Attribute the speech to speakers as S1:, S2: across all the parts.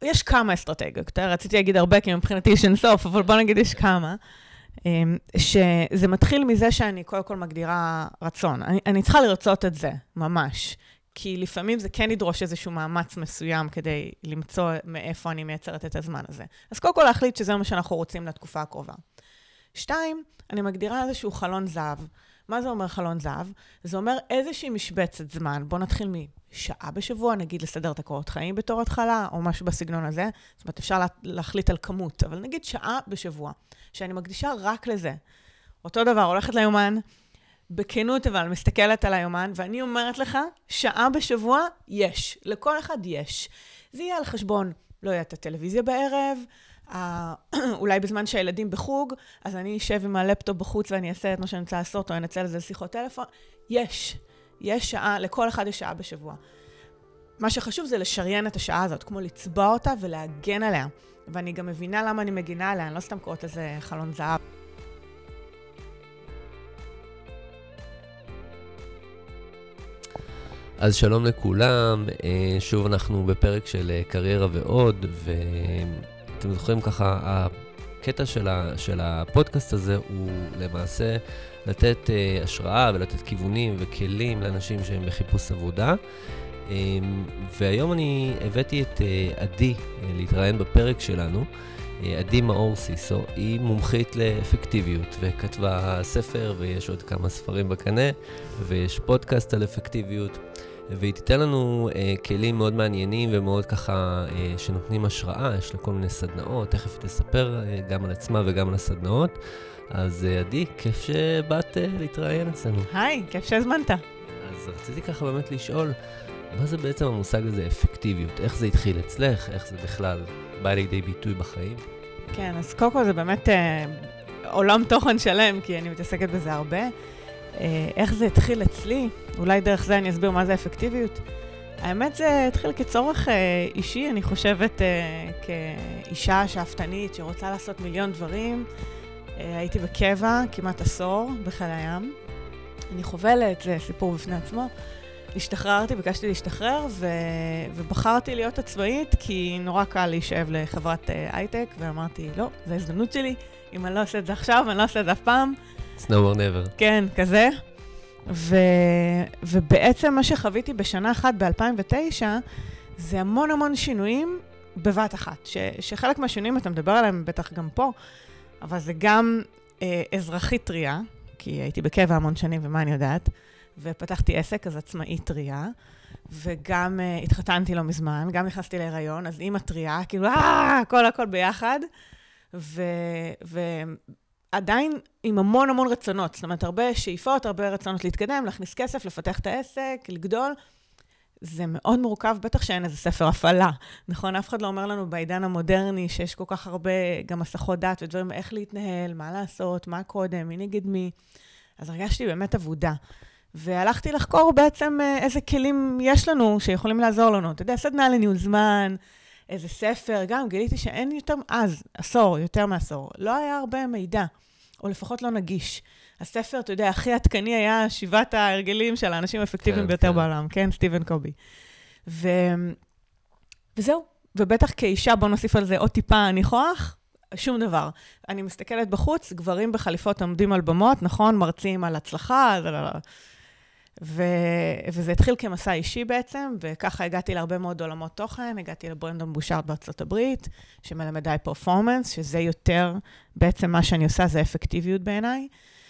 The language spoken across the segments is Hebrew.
S1: יש כמה אסטרטגיות, רציתי להגיד הרבה, כי מבחינתי יש אינסוף, אבל בוא נגיד יש כמה, שזה מתחיל מזה שאני קודם כל מגדירה רצון. אני צריכה לרצות את זה, ממש. כי לפעמים זה כן ידרוש איזשהו מאמץ מסוים כדי למצוא מאיפה אני מייצרת את הזמן הזה. אז קודם כל להחליט שזה מה שאנחנו רוצים לתקופה הקרובה. 2, אני מגדירה איזשהו חלון זהב. מה זה אומר חלון זהב? זה אומר איזושהי משבצת זמן. בוא נתחיל משעה בשבוע, נגיד לסדר את הקורות חיים בתור התחלה, או משהו בסגנון הזה. זאת אומרת, אפשר להחליט על כמות, אבל נגיד שעה בשבוע, שאני מקדישה רק לזה. אותו דבר, הולכת ליומן, בכנות אבל מסתכלת על היומן, ואני אומרת לך, שעה בשבוע יש. לכל אחד יש. זה יהיה על חשבון, לא יהיה את הטלוויזיה בערב, אולי בזמן שהילדים בחוג, אז אני אשב עם הלפטופ בחוץ ואני אעשה את מה שאני רוצה לעשות, או אני אנצל לזה שיחות טלפון. יש שעה, לכל אחד יש שעה בשבוע. מה שחשוב זה לשריין את השעה הזאת, כמו לצבוע אותה ולהגן עליה. ואני גם מבינה למה אני מגינה עליה, אני לא סתם קוראת לזה חלון זהב.
S2: אז שלום לכולם, שוב אנחנו בפרק של קריירה ועוד, ואתם זוכרים ככה, הקטע של הפודקאסט הזה הוא למעשה לתת השראה ולתת כיוונים וכלים לאנשים שהם בחיפוש עבודה. והיום אני הבאתי את עדי להתראיין בפרק שלנו. עדי מאור סיסו, היא מומחית לאפקטיביות וכתבה ספר ויש עוד כמה ספרים בקנה ויש פודקאסט על אפקטיביות. והיא תיתן לנו כלים מאוד מעניינים ומאוד ככה שנותנים השראה, יש לה כל מיני סדנאות, תכף תספר גם על עצמה וגם על הסדנאות. אז עדי, כיף שבאת להתראיין אצלנו.
S1: היי, כיף שהזמנת.
S2: אז רציתי ככה באמת לשאול, מה זה בעצם המושג הזה אפקטיביות? איך זה התחיל אצלך? איך זה בכלל בא לידי ביטוי בחיים?
S1: כן, אז קודם כל זה באמת עולם תוכן שלם, כי אני מתעסקת בזה הרבה. איך זה התחיל אצלי? אולי דרך זה אני אסביר מה זה אפקטיביות. האמת זה התחיל כצורך אישי, אני חושבת כאישה שאפתנית שרוצה לעשות מיליון דברים. הייתי בקבע כמעט עשור בחיל הים. אני חובלת, זה סיפור בפני עצמו. השתחררתי, ביקשתי להשתחרר ובחרתי להיות עצמאית כי נורא קל להישאב לחברת הייטק ואמרתי, לא, זו ההזדמנות שלי. אם אני לא עושה את זה עכשיו, אני לא עושה את זה אף פעם.
S2: It's no more never.
S1: כן, כזה. ובעצם מה שחוויתי בשנה אחת ב-2009, זה המון שינויים בבת אחת. שחלק מהשינויים אתה מדבר עליהם בטח גם פה, אבל זה גם אזרחית טריה, כי הייתי בקבע המון שנים ומה אני יודעת, ופתחתי עסק, אז עצמאית טריה, וגם התחתנתי לא מזמן, גם נכנסתי להיריון, אז אימא טריה, כאילו, הכל ביחד, עדיין עם המון רצונות, זאת אומרת, הרבה שאיפות, הרבה רצונות להתקדם, להכניס כסף, לפתח את העסק, לגדול. זה מאוד מורכב, בטח שאין איזה ספר הפעלה. נכון, אף אחד לא אומר לנו בעידן המודרני, שיש כל כך הרבה גם מסכות דת ודברים, איך להתנהל, מה לעשות, מה קודם, מי נגד מי. אז הרגשתי באמת עבודה. והלכתי לחקור בעצם איזה כלים יש לנו שיכולים לעזור לנו. אתה יודע, סדנה לניהול זמן, איזה ספר, גם גיליתי שאין יותר, אז, עשור, יותר מעשור, לא היה הרבה מידע, או לפחות לא נגיש. הספר, אתה יודע, הכי עדכני היה 7 ההרגלים של האנשים האפקטיביים ביותר בעולם, כן? סטיבן קובי. וזהו, ובטח כאישה, בוא נוסיף על זה עוד טיפה ניחוח, שום דבר. אני מסתכלת בחוץ, גברים בחליפות עומדים על במות, נכון? מרצים על הצלחה, וזה התחיל כמסע אישי בעצם, וככה הגעתי להרבה מאוד עולמות תוכן, הגעתי לברנדון בושארד בארצות הברית, שמלמד היי פרפורמנס, שזה יותר, בעצם מה שאני עושה זה אפקטיביות בעיניי,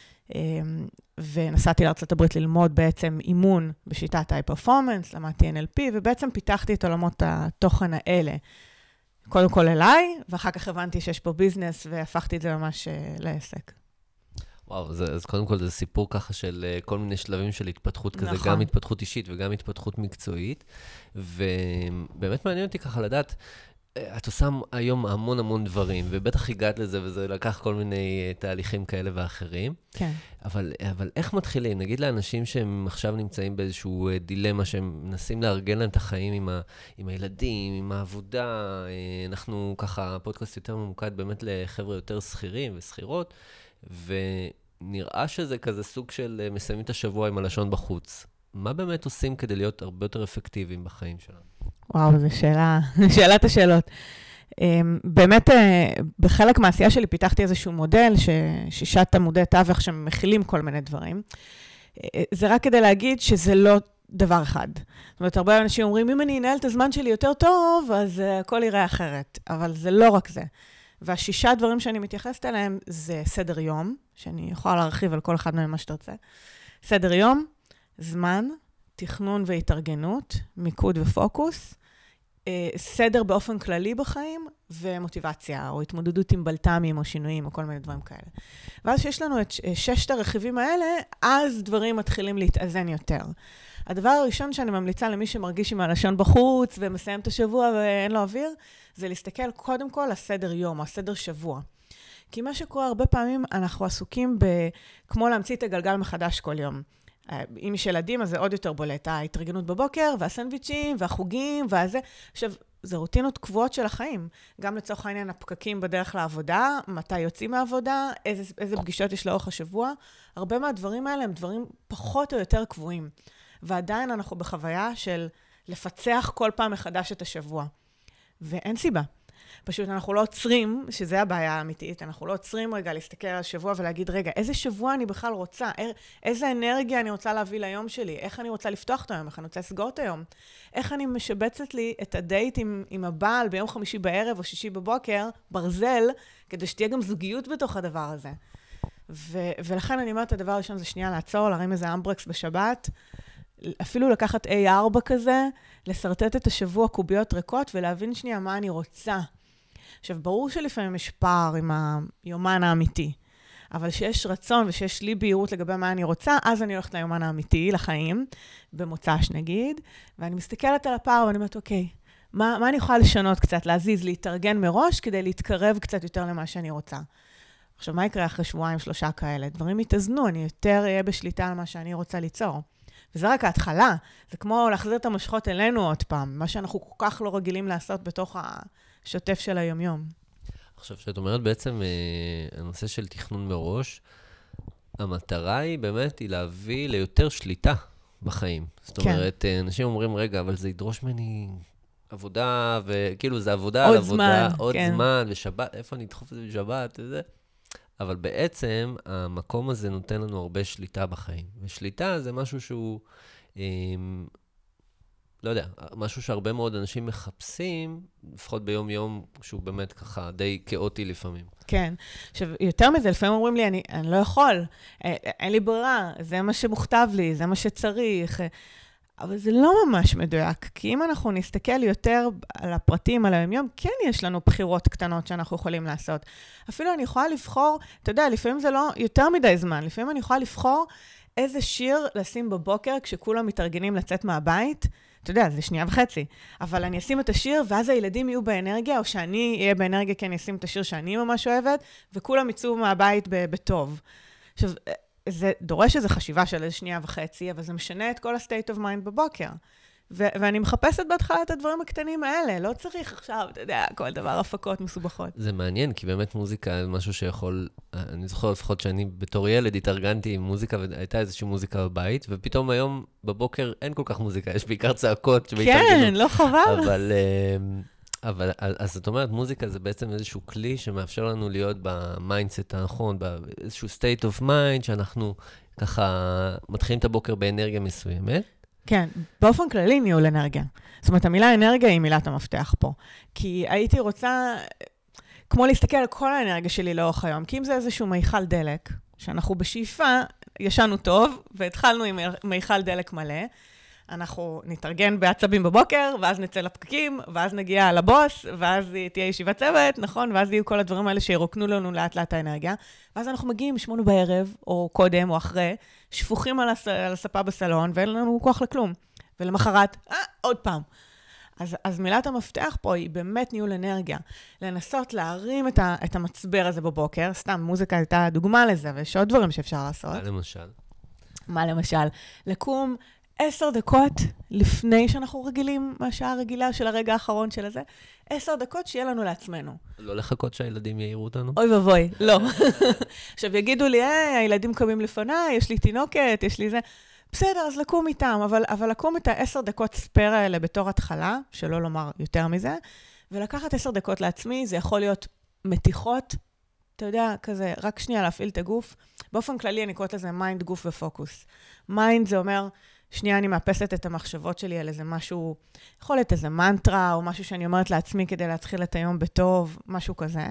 S1: ונסעתי לארצות הברית ללמוד בעצם אימון בשיטת היי פרפורמנס, למדתי NLP, ובעצם פיתחתי את עולמות התוכן האלה. קודם כל אליי, ואחר כך הבנתי שיש פה ביזנס, והפכתי את זה ממש לעסק.
S2: וואו, אז קודם כל זה סיפור ככה של כל מיני שלבים של התפתחות כזה,
S1: נכון.
S2: גם התפתחות אישית וגם התפתחות מקצועית, ובאמת מעניין אותי ככה לדעת, את עושה היום המון דברים, ובטח הגעת לזה, וזה לקח כל מיני תהליכים כאלה ואחרים.
S1: כן.
S2: אבל איך מתחילים? נגיד לאנשים שהם עכשיו נמצאים באיזשהו דילמה, שהם מנסים לארגן להם את החיים עם הילדים, עם העבודה, אנחנו ככה, פודקאסט יותר ממוקד באמת לחבר'ה יותר שכירים ושכירות, ונראה שזה כזה סוג של מסיימים את השבוע עם הלשון בחוץ. מה באמת עושים כדי להיות הרבה יותר אפקטיביים בחיים שלנו?
S1: וואו, זו שאלת השאלות. באמת, בחלק מהעשייה שלי פיתחתי איזשהו מודל, ששת עמודי תווך שמכילים כל מיני דברים. זה רק כדי להגיד שזה לא דבר אחד. זאת אומרת, הרבה אנשים אומרים, אם אני אנהל את הזמן שלי יותר טוב, אז הכל יראה אחרת. אבל זה לא רק זה. והשישה דברים שאני מתייחסת אליהם, זה סדר יום, שאני יכולה להרחיב על כל אחד מהם מה שתרצה. סדר יום, זמן, תכנון והתארגנות, מיקוד ופוקוס, סדר באופן כללי בחיים, ומוטיבציה, או התמודדות עם בלת"מים, או שינויים, או כל מיני דברים כאלה. ואז שיש לנו את ששת הרכיבים האלה, אז דברים מתחילים להתאזן יותר. הדבר הראשון שאני ממליצה למי שמרגיש עם הלשון בחוץ, ומסיים את השבוע ואין לו אוויר, זה להסתכל קודם כל על סדר יום, או סדר שבוע. כי מה שקורה הרבה פעמים, אנחנו עסוקים כמו להמציא את הגלגל מחדש כל יום. אם יש ילדים, אז זה עוד יותר בולט. ההתארגנות בבוקר, והסנדוויצ'ים, והחוגים, והזה. עכשיו, זה רוטינות קבועות של החיים. גם לצורך העניין, הפקקים בדרך לעבודה, מתי יוצאים מהעבודה, איזה פגישות יש לאורך השבוע. הרבה מהדברים האלה הם דברים פחות או יותר קבועים. ועדיין אנחנו בחוויה של לפצח כל פעם מחדש את השבוע. ואין סיבה. פשוט אנחנו לא עוצרים, שזה הבעיה האמיתית, אנחנו לא עוצרים רגע להסתכל על השבוע ולהגיד, רגע, איזה שבוע אני בכלל רוצה? איזה אנרגיה אני רוצה להביא ליום שלי? איך אני רוצה לפתוח את היום? איך אני רוצה לסגור את היום? איך אני משבצת לי את הדייט עם הבעל ביום חמישי בערב או שישי בבוקר, ברזל, כדי שתהיה גם זוגיות בתוך הדבר הזה. ולכן אני אומרת, הדבר הראשון זה שנייה לעצור, להרים איזה אמברקס בשבת, אפילו לקחת A4 כזה, לסרטט את השבוע קוביות ריקות ולהבין שנייה מה אני רוצה. עכשיו, ברור שלפעמים יש פער עם היומן האמיתי, אבל שיש רצון ושיש לי בהירות לגבי מה אני רוצה, אז אני הולכת ליומן האמיתי, לחיים, במוצ"ש נגיד, ואני מסתכלת על הפער ואני אומרת, אוקיי, מה אני יכולה לשנות קצת, להזיז, להתארגן מראש, כדי להתקרב קצת יותר למה שאני רוצה. עכשיו, מה יקרה אחרי שבועיים, 3 כאלה? דברים יתאזנו, אני יותר אהיה בשליטה על מה שאני רוצה ליצור. וזה רק ההתחלה, זה כמו להחזיר את המשכות אלינו עוד פעם, מה שאנחנו כל כך לא רגילים לעשות בתוך השוטף של היום-יום.
S2: עכשיו, שאת אומרת בעצם, הנושא של תכנון מראש, המטרה היא באמת היא להביא ליותר שליטה בחיים. זאת אומרת, אנשים אומרים, רגע, אבל זה ידרוש ממני עבודה, וכאילו זה עבודה על עבודה, עוד זמן, ושבת, איפה אני אדחוף את זה בשבת, וזה. אבל בעצם המקום הזה נותן לנו הרבה שליטה בחיים. ושליטה זה משהו שהוא, לא יודע, משהו שהרבה מאוד אנשים מחפשים, לפחות ביום יום, שהוא באמת ככה די כאוטי לפעמים.
S1: כן. עכשיו, יותר מזה, לפעמים אומרים לי, אני לא יכול, אין לי ברירה, זה מה שמוכתב לי, זה מה שצריך. אבל זה לא ממש מדויק, כי אם אנחנו נסתכל יותר על הפרטים, על היום-יום, כן יש לנו בחירות קטנות שאנחנו יכולים לעשות. אפילו אני יכולה לבחור, אתה יודע, לפעמים זה לא יותר מדי זמן, לפעמים אני יכולה לבחור איזה שיר לשים בבוקר כשכולם מתארגנים לצאת מהבית, אתה יודע, זה 2.5, אבל אני אשים את השיר, ואז הילדים יהיו באנרגיה, או שאני אהיה באנרגיה, כי אני אשים את השיר שאני ממש אוהבת, וכולם יצאו מהבית בטוב. עכשיו, זה דורש איזו חשיבה של איזה 2.5, אבל זה משנה את כל ה-state of mind בבוקר. ואני מחפשת בהתחלה את הדברים הקטנים האלה, לא צריך עכשיו, אתה יודע, כל דבר הפקות מסובכות.
S2: זה מעניין, כי באמת מוזיקה זה משהו שיכול, אני זוכר לפחות שאני בתור ילד התארגנתי עם מוזיקה, והייתה איזושהי מוזיקה בבית, ופתאום היום בבוקר אין כל כך מוזיקה, יש בעיקר צעקות.
S1: כן, לא חבל.
S2: אבל, אז זאת אומרת, מוזיקה זה בעצם איזשהו כלי שמאפשר לנו להיות במיינדסט הנכון, באיזשהו state of mind, שאנחנו ככה מתחילים את הבוקר באנרגיה מסוימת.
S1: כן, באופן כללי ניהול אנרגיה. זאת אומרת, המילה אנרגיה היא מילת המפתח פה. כי הייתי רוצה, כמו להסתכל על כל האנרגיה שלי לאורך היום, כי אם זה איזשהו מיכל דלק, שאנחנו בשאיפה, ישנו טוב, והתחלנו עם מיכל דלק מלא, אנחנו נתארגן בעצבים בבוקר, ואז נצא לפקקים, ואז נגיע לבוס, ואז תהיה ישיבת צוות, נכון? ואז יהיו כל הדברים האלה שירוקנו לנו לאט לאט האנרגיה. ואז אנחנו מגיעים 8 בערב, או קודם, או אחרי, שפוכים על הספה בסלון, ואין לנו כוח לכלום. ולמחרת, עוד פעם. אז מילת המפתח פה היא באמת ניהול אנרגיה. לנסות להרים את המצבר הזה בבוקר, סתם מוזיקה הייתה דוגמה לזה, ויש עוד דברים שאפשר לעשות. מה למשל? לקום 10 דקות לפני שאנחנו רגילים מהשעה הרגילה של הרגע האחרון של הזה, 10 דקות שיהיה לנו לעצמנו.
S2: לא לחכות שהילדים יעירו אותנו?
S1: אוי ובוי, לא. עכשיו יגידו לי, הילדים קמים לפניי, יש לי תינוקת, יש לי זה. בסדר, אז לקום איתם, אבל לקום את 10 דקות ספר האלה בתור התחלה, שלא לומר יותר מזה, ולקחת 10 דקות לעצמי, זה יכול להיות מתיחות, אתה יודע, כזה, רק שנייה להפעיל את הגוף. באופן כללי אני קוראת לזה מיינד, גוף ופוקוס. מיינד זה אומר, שנייה אני מאפסת את המחשבות שלי על איזה משהו, יכול להיות איזה מנטרה, או משהו שאני אומרת לעצמי כדי להתחיל את היום בטוב, משהו כזה.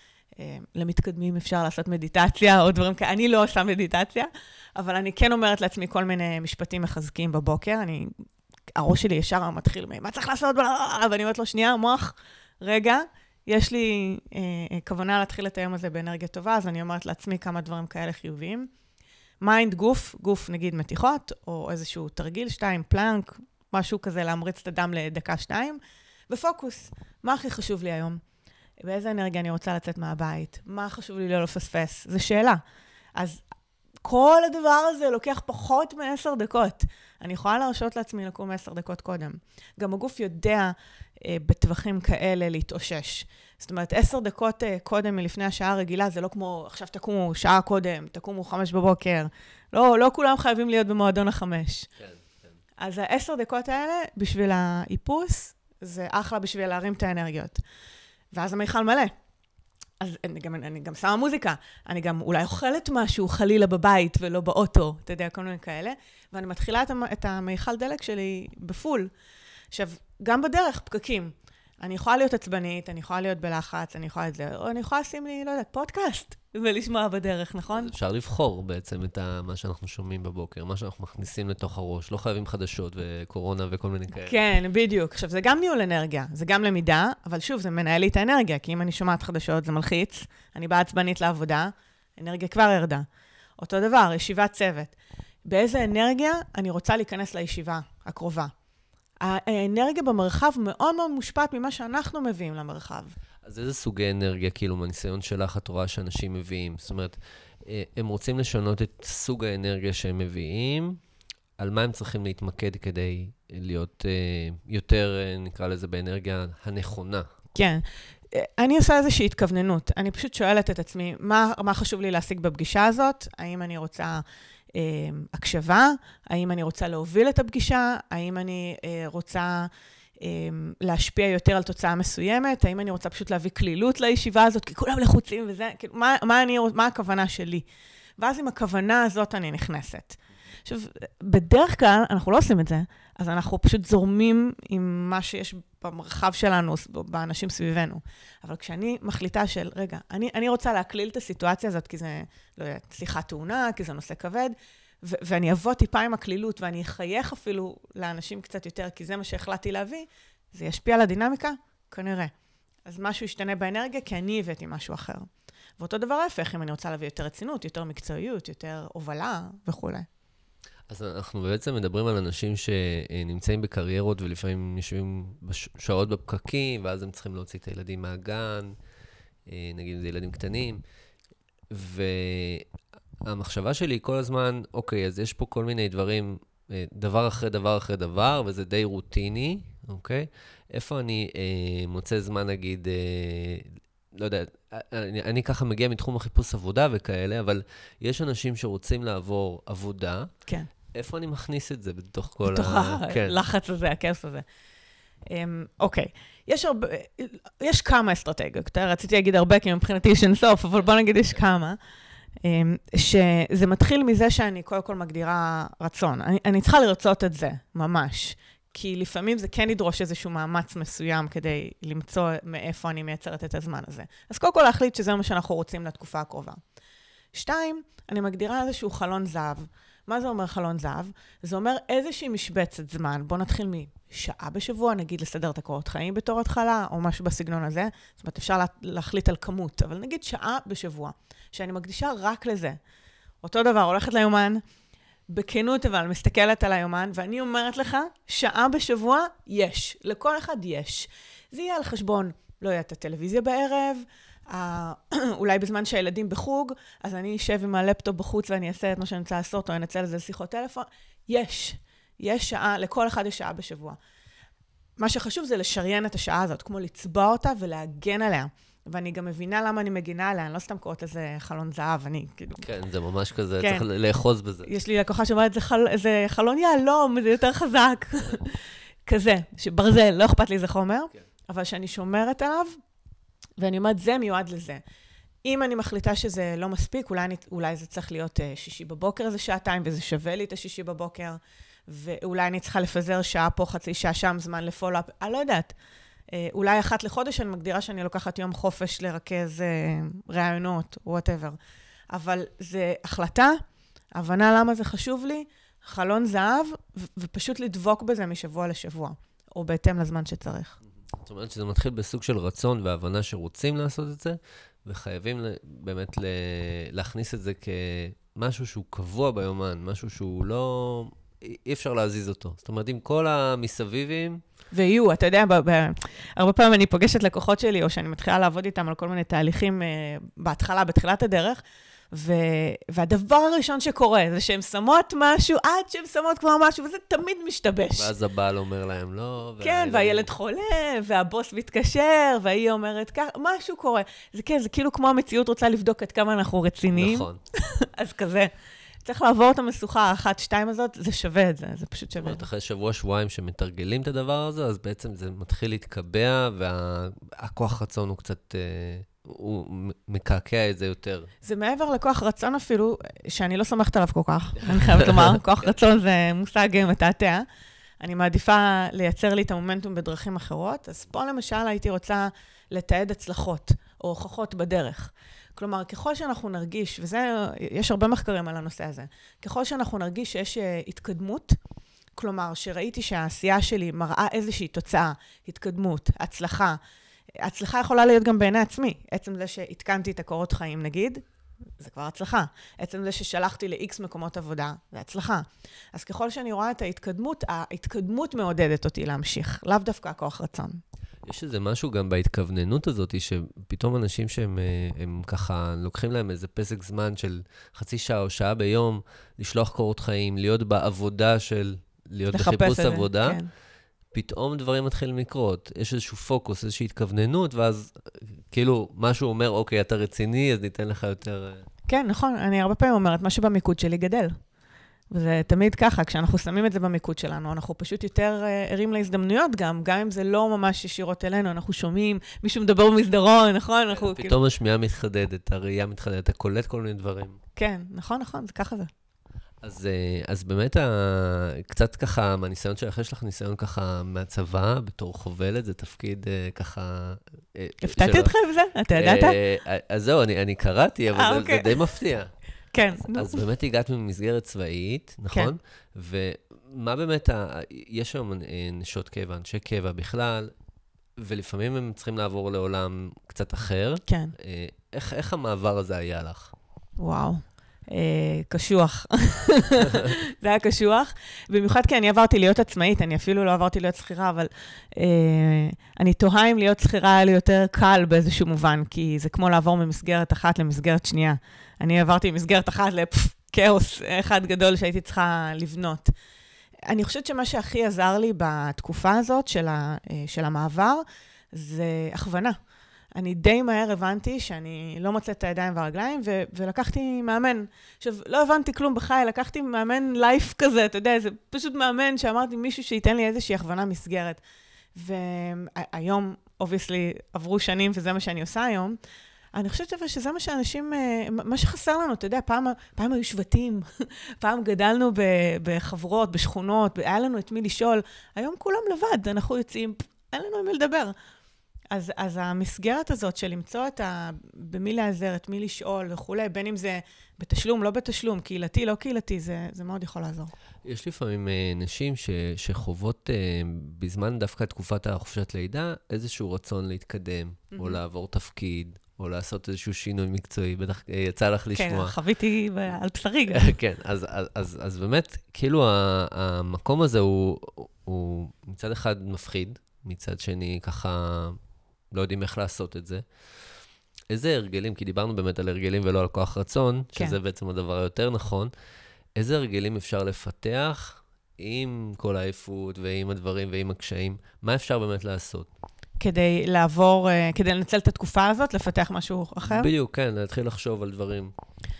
S1: למתקדמים אפשר לעשות מדיטציה, או דברים כאלה. אני לא עושה מדיטציה, אבל אני כן אומרת לעצמי כל מיני משפטים מחזקים בבוקר. הראש שלי ישר מתחיל, מה צריך לעשות? ואני אומרת לו, שנייה, מוח, רגע, יש לי כוונה להתחיל את היום הזה באנרגיה טובה, אז אני אומרת לעצמי כמה דברים כאלה חיוביים. מיינד, גוף נגיד מתיחות, או איזשהו תרגיל, 2, פלנק, משהו כזה להמריץ את הדם לדקה 2, ופוקוס, מה הכי חשוב לי היום? באיזה אנרגיה אני רוצה לצאת מהבית? מה חשוב לי לא לפספס? זו שאלה. אז כל הדבר הזה לוקח פחות מ10 דקות. אני יכולה להרשות לעצמי לקום 10 דקות קודם. גם הגוף יודע בטווחים כאלה להתאושש. זאת אומרת, 10 דקות קודם מלפני השעה הרגילה, זה לא כמו, עכשיו תקומו שעה קודם, תקומו 5 בבוקר. לא כולם חייבים להיות במועדון 5. כן. אז 10 דקות האלה, בשביל האיפוס, זה אחלה בשביל להרים את האנרגיות. ואז המיכל מלא. אז אני גם שמה מוזיקה, אני גם אולי אוכלת משהו חלילה בבית ולא באוטו, אתה יודע, כל מיני כאלה, ואני מתחילה את המיכל דלק שלי בפול. עכשיו, גם בדרך, פקקים. אני יכולה להיות עצבנית, אני יכולה להיות בלחץ, אני יכולה את זה, או אני יכולה לשים לי, לא יודעת, פודקאסט, ולשמוע בדרך, נכון?
S2: אפשר לבחור בעצם את מה שאנחנו שומעים בבוקר, מה שאנחנו מכניסים לתוך הראש, לא חייבים חדשות וקורונה וכל מיני כאלה.
S1: כן, בדיוק. עכשיו, זה גם ניהול אנרגיה, זה גם למידה, אבל שוב, זה מנהל לי את האנרגיה, כי אם אני שומעת חדשות, זה מלחיץ, אני באה עצבנית לעבודה, אנרגיה כבר ירדה. אותו דבר, ישיבת צוות. באיזה אנרגיה אני רוצה להיכנס לישיבה הקרובה? האנרגיה במרחב מאוד מאוד מושפעת ממה שאנחנו מביאים למרחב.
S2: אז איזה סוגי אנרגיה, כאילו, מהניסיון שלך, את רואה שאנשים מביאים? זאת אומרת, הם רוצים לשנות את סוג האנרגיה שהם מביאים, על מה הם צריכים להתמקד כדי להיות יותר, נקרא לזה, באנרגיה הנכונה.
S1: כן. אני עושה איזושהי התכווננות. אני פשוט שואלת את עצמי, מה חשוב לי להשיג בפגישה הזאת? האם אני רוצה הקשבה? האם אני רוצה להוביל את הפגישה? האם אני רוצה להשפיע יותר על תוצאה מסוימת? האם אני רוצה פשוט להביא כלילות לישיבה הזאת? כי כולם לחוצים וזה, מה הכוונה שלי? ואז עם הכוונה הזאת אני נכנסת. עכשיו, בדרך כלל אנחנו לא עושים את זה, אז אנחנו פשוט זורמים עם מה שיש במרחב שלנו, באנשים סביבנו. אבל כשאני מחליטה של, רגע, אני רוצה להקליל את הסיטואציה הזאת, כי זה, לא יודע, שיחת תאונה, כי זה נושא כבד, ואני אבוא טיפה עם הכלילות, ואני אחייך אפילו לאנשים קצת יותר, כי זה מה שהחלטתי להביא, זה ישפיע על הדינמיקה? כנראה. אז משהו ישתנה באנרגיה, כי אני הבאתי משהו אחר. ואותו דבר ההפך, אם אני רוצה להביא יותר רצינות, יותר מקצועיות, יותר הובלה וכו'.
S2: אז אנחנו בעצם מדברים על אנשים שנמצאים בקריירות ולפעמים יושבים שעות בפקקים, ואז הם צריכים להוציא את הילדים מהגן, נגיד אם זה ילדים קטנים, והמחשבה שלי היא כל הזמן, אוקיי, אז יש פה כל מיני דברים, דבר אחרי דבר אחרי דבר, וזה די רוטיני, אוקיי? איפה אני מוצא זמן, נגיד, לא יודע, אני ככה מגיע מתחום החיפוש עבודה וכאלה, אבל יש אנשים שרוצים לעבור עבודה.
S1: כן.
S2: איפה אני מכניס את זה בתוך כל
S1: בתוך הלחץ הזה, הכיף הזה. אוקיי. יש כמה אסטרטגיות. רציתי להגיד הרבה, כי מבחינתי יש אינסוף, אבל בוא נגיד יש כמה. שזה מתחיל מזה שאני קודם כל מגדירה רצון. אני צריכה לרצות את זה, ממש. כי לפעמים זה כן ידרוש איזשהו מאמץ מסוים כדי למצוא מאיפה אני מייצרת את הזמן הזה. אז קודם כל להחליט שזה מה שאנחנו רוצים לתקופה הקרובה. 2, אני מגדירה איזשהו חלון זהב. מה זה אומר חלון זהב? זה אומר איזושהי משבצת זמן. בוא נתחיל משעה בשבוע, נגיד לסדר את הקורות חיים בתור התחלה, או משהו בסגנון הזה. זאת אומרת, אפשר להחליט על כמות, אבל נגיד שעה בשבוע, שאני מקדישה רק לזה. אותו דבר, הולכת ליומן, בכנות אבל, מסתכלת על היומן, ואני אומרת לך, שעה בשבוע יש. לכל אחד יש. זה יהיה על חשבון, לא יודעת, הטלוויזיה בערב, אולי בזמן שהילדים בחוג, אז אני אשב עם הלפטופ בחוץ ואני אעשה את מה שאני רוצה לעשות, או אני אנצל לזה שיחות טלפון. יש שעה, לכל אחד יש שעה בשבוע. מה שחשוב זה לשריין את השעה הזאת, כמו לצבוע אותה ולהגן עליה. ואני גם מבינה למה אני מגינה עליה, אני לא סתם קוראת לזה חלון זהב, אני כאילו...
S2: כן, זה ממש כזה, צריך לאחוז בזה.
S1: יש לי לקוחה שאומרת, זה חלון יהלום, זה יותר חזק. כזה, שברזל, לא אכפת לי זה חומר, אבל שאני שומרת עליו, ואני אומרת, זה מיועד לזה. אם אני מחליטה שזה לא מספיק, אולי זה צריך להיות שישי בבוקר, איזה שעתיים, וזה שווה לי את השישי בבוקר, ואולי אני צריכה לפזר שעה פה, חצי שעה שם, זמן לפולאפ, אני לא יודעת. אולי אחת לחודש אני מגדירה שאני לוקחת יום חופש לרכז רעיונות, whatever. אבל זה החלטה, הבנה למה זה חשוב לי, חלון זהב, ופשוט לדבוק בזה משבוע לשבוע, או בהתאם לזמן שצריך.
S2: זאת אומרת שזה מתחיל בסוג של רצון והבנה שרוצים לעשות את זה, וחייבים באמת להכניס את זה כמשהו שהוא קבוע ביומן, משהו שהוא לא... אי אפשר להזיז אותו. זאת אומרת, עם כל המסביבים...
S1: ויהיו, אתה יודע, הרבה פעמים אני פוגשת לקוחות שלי, או שאני מתחילה לעבוד איתם על כל מיני תהליכים בתחילת הדרך, והדבר הראשון שקורה זה שהן שמות משהו, עד שהן שמות כבר משהו, וזה תמיד משתבש.
S2: ואז הבעל אומר להם לא.
S1: כן, והילד חולה, והבוס מתקשר, והיא אומרת כך, משהו קורה. זה כן, זה כאילו כמו המציאות רוצה לבדוק עד כמה אנחנו רציניים.
S2: נכון.
S1: אז כזה. צריך לעבור את המשוכה האחת, שתיים הזאת, זה שווה את זה, זה פשוט שווה.
S2: זאת אומרת, אחרי שבוע-שבועיים שמתרגלים את הדבר הזה, אז בעצם זה מתחיל להתקבע, והכוח רצון הוא קצת, הוא מקעקע את זה יותר.
S1: זה מעבר לכוח רצון אפילו, שאני לא סומכת עליו כל כך, אני חייבת לומר, כוח רצון זה מושג מתעתע. אני מעדיפה לייצר לי את המומנטום בדרכים אחרות, אז פה למשל הייתי רוצה לתעד הצלחות, או הוכחות בדרך. כלומר, ככל שאנחנו נרגיש, יש הרבה מחקרים על הנושא הזה, ככל שאנחנו נרגיש שיש התקדמות, כלומר, שראיתי שהעשייה שלי מראה איזושהי תוצאה, התקדמות, הצלחה, הצלחה יכולה להיות גם בעיני עצמי. עצם זה שהתקנתי את הקורות חיים, נגיד, זה כבר הצלחה. עצם זה ששלחתי ל-X מקומות עבודה, זה הצלחה. אז ככל שאני רואה את ההתקדמות מעודדת אותי להמשיך, לאו דווקא כוח רצון.
S2: יש איזה משהו גם בהתכווננות הזאת, שפתאום אנשים שהם ככה, לוקחים להם איזה פסק זמן של חצי שעה או שעה ביום, לשלוח קורות חיים, להיות בעבודה של, להיות בחיפוש עבודה, כן. פתאום דברים מתחילים לקרות. יש איזשהו פוקוס, איזושהי התכווננות, ואז כאילו משהו אומר, אוקיי, אתה רציני, אז ניתן לך יותר...
S1: כן, נכון. אני הרבה פעמים אומרת, משהו במיקוד שלי גדל. וזה תמיד ככה, כשאנחנו שמים את זה במיקוד שלנו, אנחנו פשוט יותר ערים להזדמנויות גם אם זה לא ממש ישירות אלינו, אנחנו שומעים, מישהו מדבר במסדרון, נכון?
S2: פתאום השמיעה מתחדדת, הראייה מתחדדת, אתה קולט כל מיני דברים.
S1: כן, נכון, זה ככה זה.
S2: אז באמת, קצת ככה, מהניסיון שלך, יש לך ניסיון ככה מהצבא, בתור חובלת, זה תפקיד ככה...
S1: הפתעתי אותך עם זה? אתה ידעת?
S2: אז זהו, אני קראתי, אבל זה די מפתיע.
S1: כן.
S2: אז באמת הגעת ממסגרת צבאית, נכון? ומה באמת, יש היום נשות קבע, אנשי קבע בכלל, ולפעמים הם צריכים לעבור לעולם קצת אחר.
S1: כן.
S2: איך המעבר הזה היה לך?
S1: וואו. קשוח. זה היה קשוח. במיוחד כי אני עברתי להיות עצמאית, אני אפילו לא עברתי להיות שכירה, אבל אני תוהה אם להיות שכירה היה לי יותר קל באיזשהו מובן, כי זה כמו לעבור ממסגרת אחת למסגרת שנייה. אני עברתי ממסגרת אחת לכאוס אחד גדול שהייתי צריכה לבנות. אני חושבת שמה שהכי עזר לי בתקופה הזאת של המעבר, זה הכוונה. אני די מהר הבנתי שאני לא מוצאת את הידיים והרגליים, ולקחתי מאמן. עכשיו, לא הבנתי כלום בחיי, לקחתי מאמן לייף כזה, אתה יודע, זה פשוט מאמן שאמרתי מישהו שייתן לי איזושהי הכוונה מסגרת. והיום, obviously, עברו שנים, וזה מה שאני עושה היום. אני חושבת שזה מה שאנשים, מה שחסר לנו, אתה יודע, פעם היו שבטים, פעם גדלנו בחברות, בשכונות, היה לנו את מי לשאול. היום כולם לבד, אנחנו יוצאים, אין לנו עם מי לדבר. אז המסגרת הזאת של למצוא במי להיעזר, את מי לשאול וכולי, בין אם זה בתשלום, לא בתשלום, קהילתי, לא קהילתי, זה מאוד יכול לעזור.
S2: יש לפעמים נשים שחוות בזמן דווקא תקופת החופשת לידה, איזשהו רצון להתקדם, או לעבור תפקיד, או לעשות איזשהו שינוי מקצועי, בטח יצא לך לשמוע.
S1: כן, חוויתי על בשרי.
S2: כן, אז באמת, כאילו המקום הזה הוא מצד אחד מפחיד, מצד שני ככה לא יודעים איך לעשות את זה. איזה הרגלים, כי דיברנו באמת על הרגלים ולא על כוח רצון, שזה בעצם הדבר היותר נכון, איזה הרגלים אפשר לפתח עם כל העייפות ועם הדברים ועם הקשיים? מה אפשר באמת לעשות?
S1: כדי לעבור, כדי לנצל את התקופה הזאת, לפתח משהו אחר?
S2: בדיוק, כן, להתחיל לחשוב על דברים.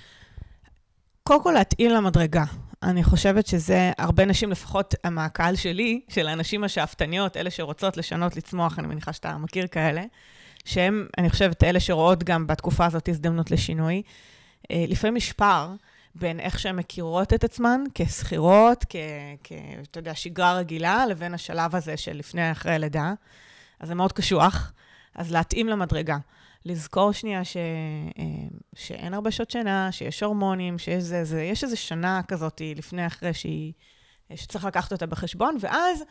S1: קודם כל, להתאים למדרגה. אני חושבת שזה הרבה נשים, לפחות מהקהל שלי, של האנשים השאפתניות, אלה שרוצות לשנות, לצמוח, אני מניחה שאתה מכיר כאלה, שהם, אני חושבת, אלה שרואות גם בתקופה הזאת הזדמנות לשינוי. לפעמים יש פער בין איך שהן מכירות את עצמן, כסחירות, אתה יודע, שגרה רגילה, לבין השלב הזה של לפני אחרי הלידה. אז זה מאוד קשוח. אז להתאים למדרגה. לזכור שנייה שאין הרבה שעות שינה, שיש הורמונים, יש איזו שנה כזאת לפני אחרי שצריך לקחת אותה בחשבון, ואז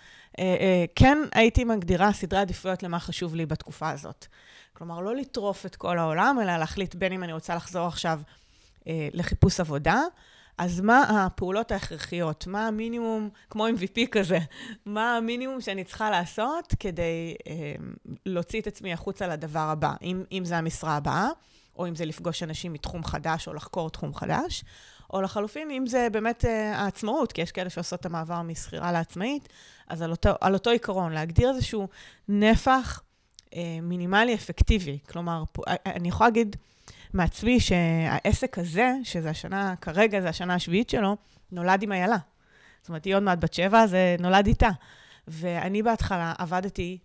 S1: כן הייתי מגדירה סדרי עדיפויות למה חשוב לי בתקופה הזאת. כלומר, לא לטרוף את כל העולם, אלא להחליט בין אם אני רוצה לחזור עכשיו לחיפוש עבודה, אז מה הפעולות ההכרחיות? מה המינימום, כמו MVP כזה, מה המינימום שאני צריכה לעשות כדי להוציא את עצמי החוצה לדבר הבא? אם זה המשרה הבאה, או אם זה לפגוש אנשים מתחום חדש, או לחקור תחום חדש, או לחלופין, אם זה באמת העצמאות, כי יש כאלה שעושות את המעבר מסחירה לעצמאית, אז על אותו עיקרון, להגדיר איזשהו נפח מינימלי אפקטיבי. כלומר, אני יכולה להגיד מעצמי שהעסק הזה, שזה השנה, כרגע זה השנה השביעית שלו, נולד עם איילה. זאת אומרת, היא עוד מעט בת 7, זה נולד איתה. ואני בהתחלה עבדתי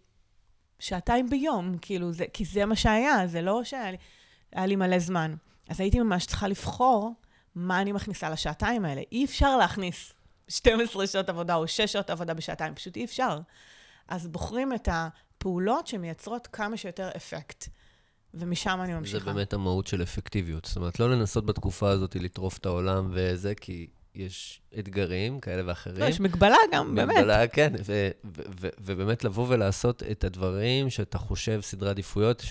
S1: 2 ביום, כאילו, כי זה מה שהיה, זה לא שהיה לי מלא זמן. אז הייתי ממש צריכה לבחור מה אני מכניסה לשעתיים האלה. אי אפשר להכניס 12 שעות עבודה או 6 שעות עבודה בשעתיים, פשוט אי אפשר. אז בוחרים את הפעולות שמייצרות כמה שיותר אפקט. ומשם אני ממשיכה.
S2: זה באמת המהות של אפקטיביות. זאת אומרת, לא לנסות בתקופה הזאת לטרוף את העולם וזה, כי יש אתגרים כאלה ואחרים.
S1: לא, יש מגבלה גם, באמת.
S2: מגבלה, כן. ובאמת לבוא ולעשות את הדברים שאתה חושב, סדרי עדיפויות,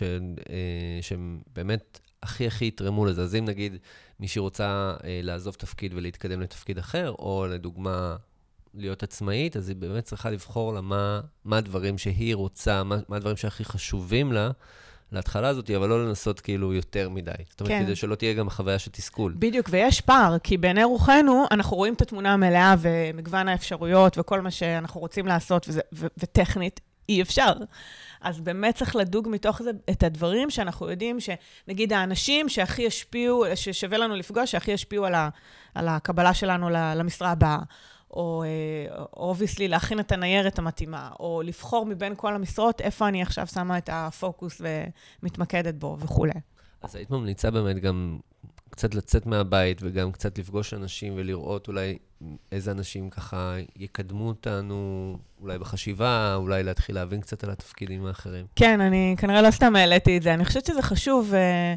S2: שהם באמת הכי יתרמו לזה. אז אם נגיד מישהי רוצה לעזוב תפקיד ולהתקדם לתפקיד אחר, או לדוגמה להיות עצמאית, אז היא באמת צריכה לבחור לה מה הדברים שהיא רוצה, מה הדברים שהכי חשובים לה, להתחלה הזאת, אבל לא לנסות כאילו יותר מדי. זאת אומרת, כדי שלא תהיה גם חוויה של תסכול.
S1: בדיוק, ויש פער, כי בעיני רוחנו, אנחנו רואים את התמונה המלאה ומגוון האפשרויות וכל מה שאנחנו רוצים לעשות, וטכנית אי אפשר. אז באמת צריך לדוג מתוך זה את הדברים שאנחנו יודעים שנגיד האנשים שהכי ישפיעו, ששווה לנו לפגוש, שהכי ישפיעו על הקבלה שלנו למשרה הבאה. או obviously להכין את הניירת המתאימה, או לבחור מבין כל המשרות, איפה אני עכשיו שמה את הפוקוס ומתמקדת בו וכו'.
S2: אז היית ממליצה באמת גם קצת לצאת מהבית, וגם קצת לפגוש אנשים ולראות אולי איזה אנשים ככה יקדמו אותנו, אולי בחשיבה, אולי להתחיל להבין קצת על התפקידים האחרים. כן,
S1: אני כנראה לא סתם העליתי את זה. אני חושבת שזה חשוב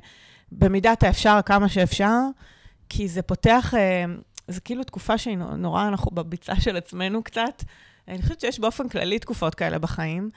S1: במידת האפשר, כמה שאפשר, כי זה פותח זה כאילו תקופה שהיא נורא, אנחנו בביצה של עצמנו קצת. אני חושבת שיש באופן כללי תקופות כאלה בחיים,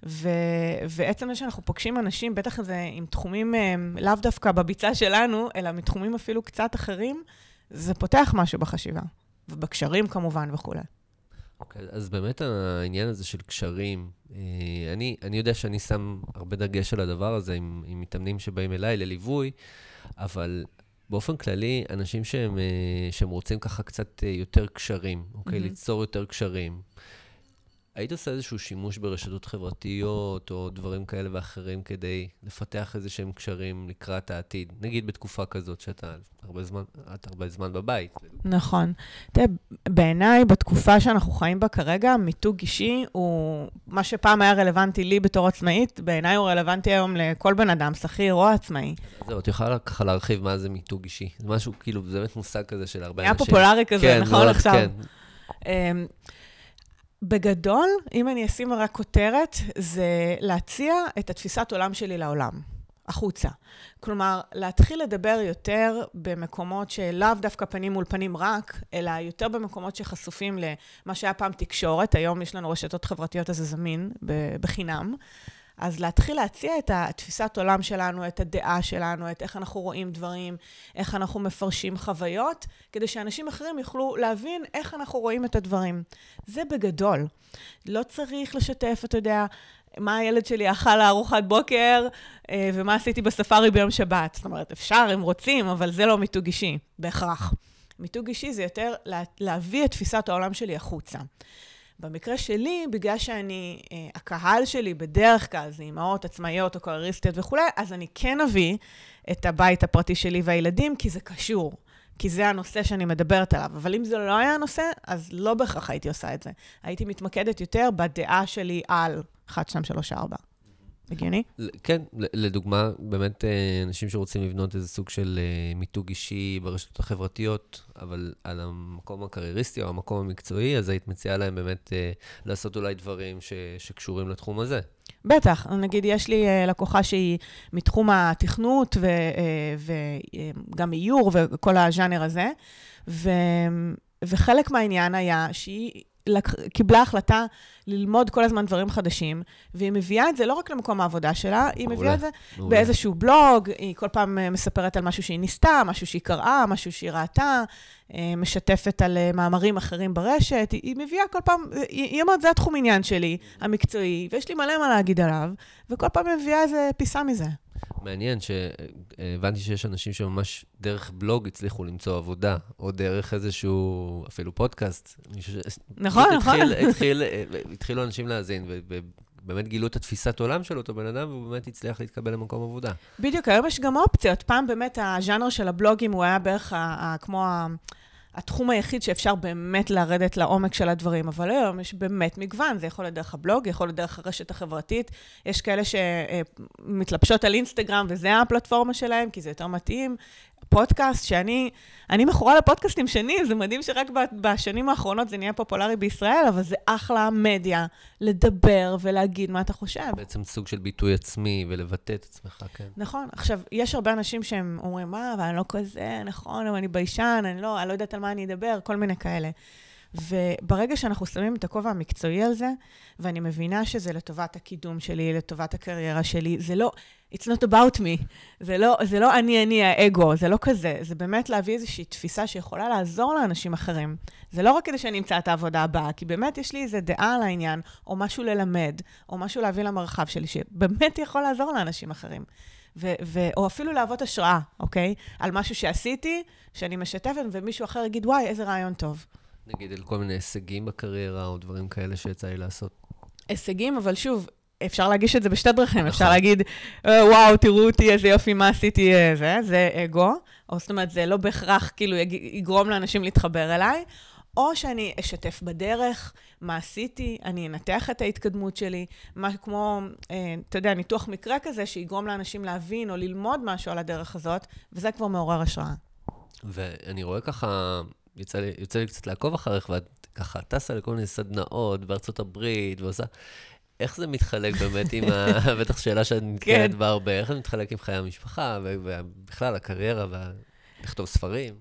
S1: ועצם זה שאנחנו פוגשים אנשים, בטח זה עם תחומים לאו דווקא בביצה שלנו, אלא מתחומים אפילו קצת אחרים, זה פותח משהו בחשיבה, ובקשרים כמובן וכו'.
S2: אוקיי, אז באמת העניין הזה של קשרים, אני יודע שאני שם הרבה דגש על הדבר הזה עם מתאמנים שבאים אליי לליווי, אבל באופן כללי, אנשים שהם רוצים ככה קצת יותר קשרים, אוקיי? ליצור יותר קשרים. היית עושה איזשהו שימוש ברשתות חברתיות, או דברים כאלה ואחרים, כדי לפתח איזה שהם קשרים לקראת העתיד? נגיד בתקופה כזאת, שאתה הרבה זמן בבית.
S1: נכון. תראה, בעיניי, בתקופה שאנחנו חיים בה כרגע, מיתוג אישי הוא מה שפעם היה רלוונטי לי בתור עצמאית, בעיניי הוא רלוונטי היום לכל בן אדם, שכיר או עצמאי.
S2: זהו, את יכולה ככה להרחיב מה זה מיתוג אישי. זה משהו, כאילו, זה באמת מושג כזה של הרבה אנשים.
S1: היה פופולרי כזה,
S2: כן,
S1: נכון
S2: מאוד,
S1: עכשיו.
S2: כן.
S1: בגדול, אם אני אשים רק כותרת, זה להציע את התפיסת עולם שלי לעולם, החוצה. כלומר, להתחיל לדבר יותר במקומות שלאו דווקא פנים מול פנים רק, אלא יותר במקומות שחשופים למה שהיה פעם תקשורת, היום יש לנו רשתות חברתיות, אז זה זמין בחינם. אז להתחיל להציע את התפיסת עולם שלנו, את הדעה שלנו, את איך אנחנו רואים דברים, איך אנחנו מפרשים חוויות, כדי שאנשים אחרים יוכלו להבין איך אנחנו רואים את הדברים. זה בגדול. לא צריך לשתף, אתה יודע, מה הילד שלי אכל לארוחת בוקר, ומה עשיתי בספארי ביום שבת. זאת אומרת, אפשר, אם רוצים, אבל זה לא מיתוג אישי, בהכרח. מיתוג אישי זה יותר להביא את תפיסת העולם שלי החוצה. במקרה שלי, בגלל שאני, הקהל שלי בדרך כלל, זה אמהות עצמאיות או קרייריסטיות וכו', אז אני כן אביא את הבית הפרטי שלי והילדים, כי זה קשור. כי זה הנושא שאני מדברת עליו. אבל אם זה לא היה הנושא, אז לא בהכרח הייתי עושה את זה. הייתי מתמקדת יותר בדעה שלי על 1, 2, 3, 4. הגיוני?
S2: כן, לדוגמה, באמת אנשים שרוצים לבנות איזה סוג של מיתוג אישי ברשתות החברתיות, אבל על המקום הקרייריסטי או המקום המקצועי, אז היית מציעה להם באמת לעשות אולי דברים שקשורים לתחום הזה.
S1: בטח, נגיד, יש לי לקוחה שהיא מתחום התכנות וגם איור וכל הז'אנר הזה, וחלק מהעניין היה שהיא קיבלה החלטה ללמוד כל הזמן דברים חדשים, והיא מביאה את זה לא רק למקום העבודה שלה, היא מביאה את זה באיזשהו בלוג, היא כל פעם מספרת על משהו שהיא ניסתה, משהו שהיא קראה, משהו שהיא ראתה, משתפת על מאמרים אחרים ברשת, היא מביאה כל פעם, היא אומרת, זה התחום עניין שלי, המקצועי, ויש לי מלא מה להגיד עליו, וכל פעם היא מביאה איזה פיסה מזה.
S2: מעניין שהבנתי שיש אנשים שממש דרך בלוג הצליחו למצוא עבודה, או דרך איזשהו, אפילו פודקאסט.
S1: נכון, נכון.
S2: התחילו אנשים להאזין, ובאמת גילו את התפיסת עולם של אותו בן אדם, והוא באמת הצליח להתקבל למקום עבודה.
S1: בדיוק, היום יש גם אופציות. פעם באמת הז'אנר של הבלוגים הוא היה בערך כמו התחום היחיד שאפשר באמת לרדת לעומק של הדברים, אבל היום יש באמת מגוון, זה יכול להיות דרך הבלוג, יכול להיות דרך הרשת החברתית, יש כאלה שמתלבשות על אינסטגרם, וזה הפלטפורמה שלהם, כי זה יותר מתאים. פודקאסט שאני מכורה לפודקאסטים שנים, זה מדהים שרק בשנים האחרונות זה נהיה פופולרי בישראל, אבל זה אחלה מדיה, לדבר ולהגיד מה אתה חושב.
S2: בעצם סוג של ביטוי עצמי ולבטא את עצמך, כן.
S1: נכון. עכשיו, יש הרבה אנשים שהם אומרים, מה, אבל אני לא כזה, נכון, אבל אני ביישן, אני לא יודעת על מה אני אדבר, כל מיני כאלה. וברגע שאנחנו שמים את הכובע המקצועי על זה, ואני מבינה שזה לטובת הקידום שלי, לטובת הקריירה שלי, זה לא, it's not about me, זה לא אני האגו, זה לא כזה, זה באמת להביא איזושהי תפיסה שיכולה לעזור לאנשים אחרים. זה לא רק כדי שאני אמצא את העבודה הבאה, כי באמת יש לי איזו דעה על העניין, או משהו ללמד, או משהו להביא למרחב שלי, שבאמת יכול לעזור לאנשים אחרים. או אפילו להוות השראה, אוקיי? על משהו שעשיתי, שאני משתפת, ומישהו אחר יגיד, וואי, איזה רעיון טוב.
S2: נגיד על כל מיני הישגים בקריירה, או דברים כאלה שיצא לי לעשות.
S1: הישגים, אבל שוב, אפשר להגיש את זה בשתי דרכים. אפשר להגיד, וואו, תראו אותי, איזה יופי, מה עשיתי, זה אגו. או זאת אומרת, זה לא בהכרח, כאילו, יגרום לאנשים להתחבר אליי. או שאני אשתף בדרך, מה עשיתי, אני אנתח את ההתקדמות שלי, כמו, אתה יודע, ניתוח מקרה כזה, שיגרום לאנשים להבין או ללמוד משהו על הדרך הזאת, וזה כבר מעורר השראה.
S2: ואני רואה ככה, יוצא לי קצת לעקוב אחריך, ואת ככה טסה לכל מיני סדנאות בארצות הברית, ועושה, איך זה מתחלק באמת עם, בטח שאלה שאת נתקלת בה הרבה, איך זה מתחלק עם חיי המשפחה, ובכלל הקריירה, ולכתוב ספרים?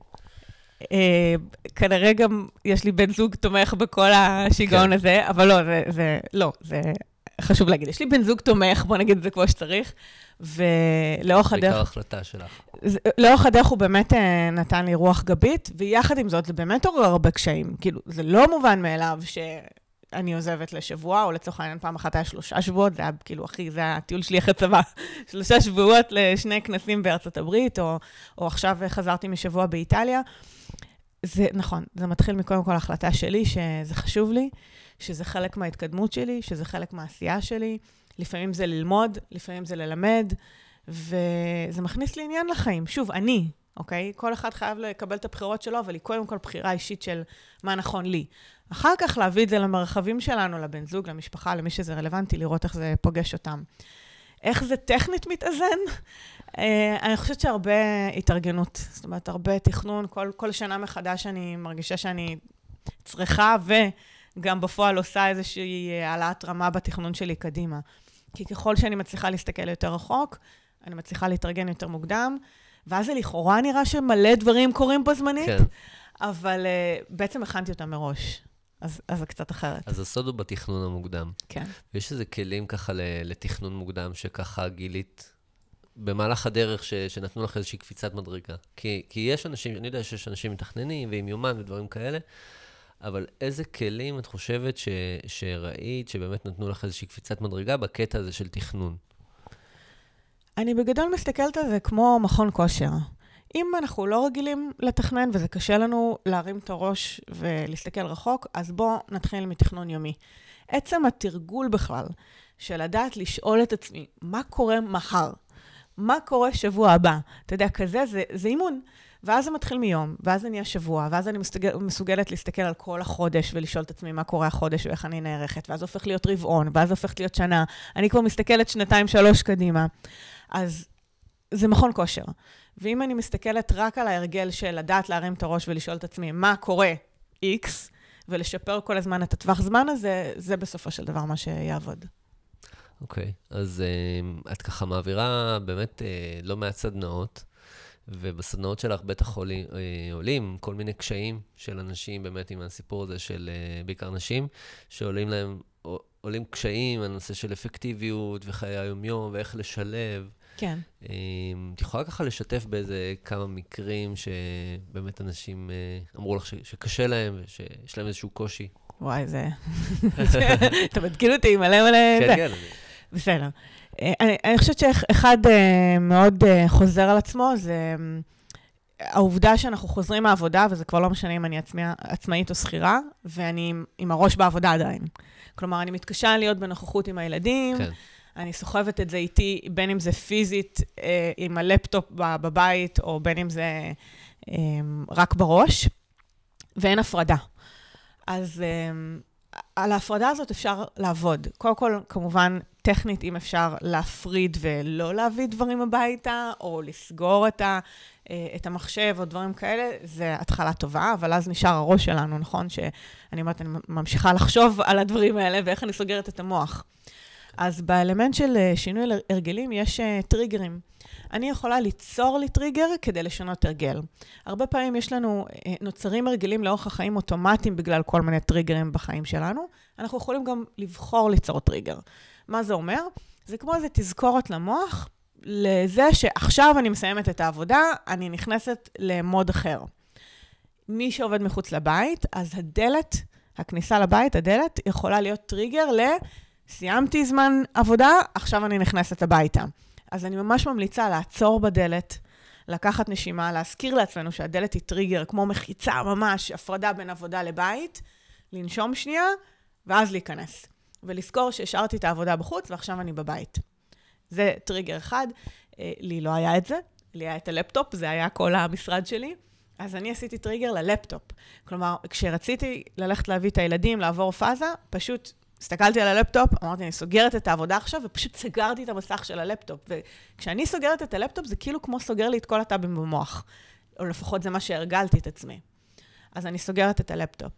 S1: כנראה גם יש לי בן זוג תומך בכל השיגעון הזה, אבל לא, זה חשוב להגיד. יש לי בן זוג תומך, בוא נגיד את זה כמו שצריך, ולאורך הדרך...
S2: בעיקר ההחלטה שלך.
S1: לאורך הדרך הוא באמת נתן לי רוח גבית, ויחד עם זאת זה באמת עורר הרבה קשיים. כאילו, זה לא מובן מאליו שאני עוזבת לשבוע, או לצורך העניין פעם אחת היה 3 שבועות, זה היה כאילו, אחי, זה הטיול שלי אחרי צבא. 3 שבועות ל2 כנסים בארצות הברית, או עכשיו חזרתי משבוע באיטליה. זה נכון, זה מתחיל מקודם כל ההחלטה שלי, שזה חשוב לי, שזה חלק מההתקדמות שלי, שזה חלק מהעשייה שלי, לפעמים זה ללמוד, לפעמים זה ללמד, וזה מכניס לי עניין לחיים. שוב, אני, אוקיי? כל אחד חייב לקבל את הבחירות שלו, אבל היא קודם כל בחירה אישית של מה נכון לי. אחר כך להביא את זה למרחבים שלנו, לבן זוג, למשפחה, למי שזה רלוונטי, לראות איך זה פוגש אותם. איך זה טכנית מתאזן? אני חושבת שהרבה התארגנות, זאת אומרת, הרבה תכנון, כל שנה מחדש אני מרגישה שאני צריכה, וגם בפועל עושה איזושהי העלאת רמה בתכנון שלי קדימה. כי ככל שאני מצליחה להסתכל יותר רחוק, אני מצליחה להתארגן יותר מוקדם, ואז זה לכאורה נראה שמלא דברים קורים בו זמנית, כן. אבל בעצם הכנתי אותם מראש. אז זה קצת אחרת.
S2: אז הסוד הוא בתכנון המוקדם.
S1: כן.
S2: ויש איזה כלים ככה לתכנון מוקדם, שככה גילית במהלך הדרך שנתנו לך איזושהי קפיצת מדרגה. כי יש אנשים, אני יודע שיש אנשים מתכננים ועם יומן ודברים כאלה, אבל איזה כלים את חושבת שראית שבאמת נתנו לך איזושהי קפיצת מדרגה בקטע הזה של תכנון?
S1: אני בגדול מסתכלת על זה כמו מכון כושר. אם אנחנו לא רגילים לתכנן, וזה קשה לנו להרים את הראש ולהסתכל רחוק, אז בואו נתחיל מתכנון יומי. עצם התרגול בכלל, של לדעת לשאול את עצמי, מה קורה מחר? מה קורה שבוע הבא? אתה יודע, כזה זה אימון. ואז זה מתחיל מיום, ואז זה נהיה שבוע, ואז אני מסוגלת להסתכל על כל החודש ולשאול את עצמי מה קורה החודש ואיך אני נערכת, ואז הופך להיות רבעון, ואז הופכת להיות שנה. אני כבר מסתכלת 2-3 קדימה. אז זה מכון כושר. ואם אני מסתכלת רק על ההרגל של לדעת להרים את הראש ולשאול את עצמי מה קורה X, ולשפר כל הזמן את הטווח זמן הזה, זה בסופו של דבר מה שיעבוד.
S2: אוקיי, אז את ככה מעבירה באמת לא מעט סדנאות, ובסדנאות שלך בטח עולים כל מיני קשיים של אנשים, באמת עם הסיפור הזה של בעיקר נשים, שעולים להם, עולים קשיים על נושא של אפקטיביות וחיי היום-יום ואיך לשלב.
S1: כן.
S2: את יכולה ככה לשתף באיזה כמה מקרים שבאמת אנשים אמרו לך שקשה להם ושיש להם איזשהו קושי?
S1: וואי, זה... אתה מתקיל אותי מלא.
S2: כן, כן.
S1: בסדר. אני חושבת שאחד מאוד חוזר על עצמו, זה העובדה שאנחנו חוזרים מהעבודה, וזה כבר לא משנה אם אני עצמאית או שכירה, ואני עם הראש בעבודה עדיין. כלומר, אני מתקשה להיות בנוכחות עם הילדים,
S2: כן.
S1: אני סוחבת את זה איתי, בין אם זה פיזית עם הלפטופ בבית, או בין אם זה רק בראש, ואין הפרדה. אז על ההפרדה הזאת אפשר לעבוד. קודם כל, כמובן, טכנית, אם אפשר להפריד ולא להביא דברים הביתה, או לסגור את המחשב או דברים כאלה, זה התחלה טובה, אבל אז נשאר הראש שלנו, נכון? שאני אומרת, אני ממשיכה לחשוב על הדברים האלה, ואיך אני סוגרת את המוח. אז באלמנט של שינוי הרגלים יש טריגרים. אני יכולה ליצור לי טריגר כדי לשנות הרגל. הרבה פעמים יש לנו, נוצרים הרגלים לאורך החיים אוטומטיים בגלל כל מיני טריגרים בחיים שלנו. אנחנו יכולים גם לבחור ליצור טריגר. מה זה אומר? זה כמו איזה תזכורת למוח, לזה שעכשיו אני מסיימת את העבודה, אני נכנסת למוד אחר. מי שעובד מחוץ לבית, אז הדלת, הכניסה לבית, הדלת, יכולה להיות טריגר סיימתי זמן עבודה, עכשיו אני נכנסת הביתה. אז אני ממש ממליצה לעצור בדלת, לקחת נשימה, להזכיר לעצמנו שהדלת היא טריגר, כמו מחיצה ממש, הפרדה בין עבודה לבית, לנשום שנייה, ואז להיכנס. ולזכור שהשארתי את העבודה בחוץ, ועכשיו אני בבית. זה טריגר אחד. לי לא היה את זה, לי היה את הלפטופ, זה היה כל המשרד שלי. אז אני עשיתי טריגר ללפטופ. כלומר, כשרציתי ללכת להביא את הילדים, לעבור פאזה, פשוט הסתכלתי על הלפטופ, אמרתי, אני סוגרת את העבודה עכשיו, ופשוט סגרתי את המסך של הלפטופ. וכשאני סוגרת את הלפטופ, זה כאילו כמו סוגר לי את כל הטאבים במוח. או לפחות זה מה שהרגלתי את עצמי. אז אני סוגרת את הלפטופ.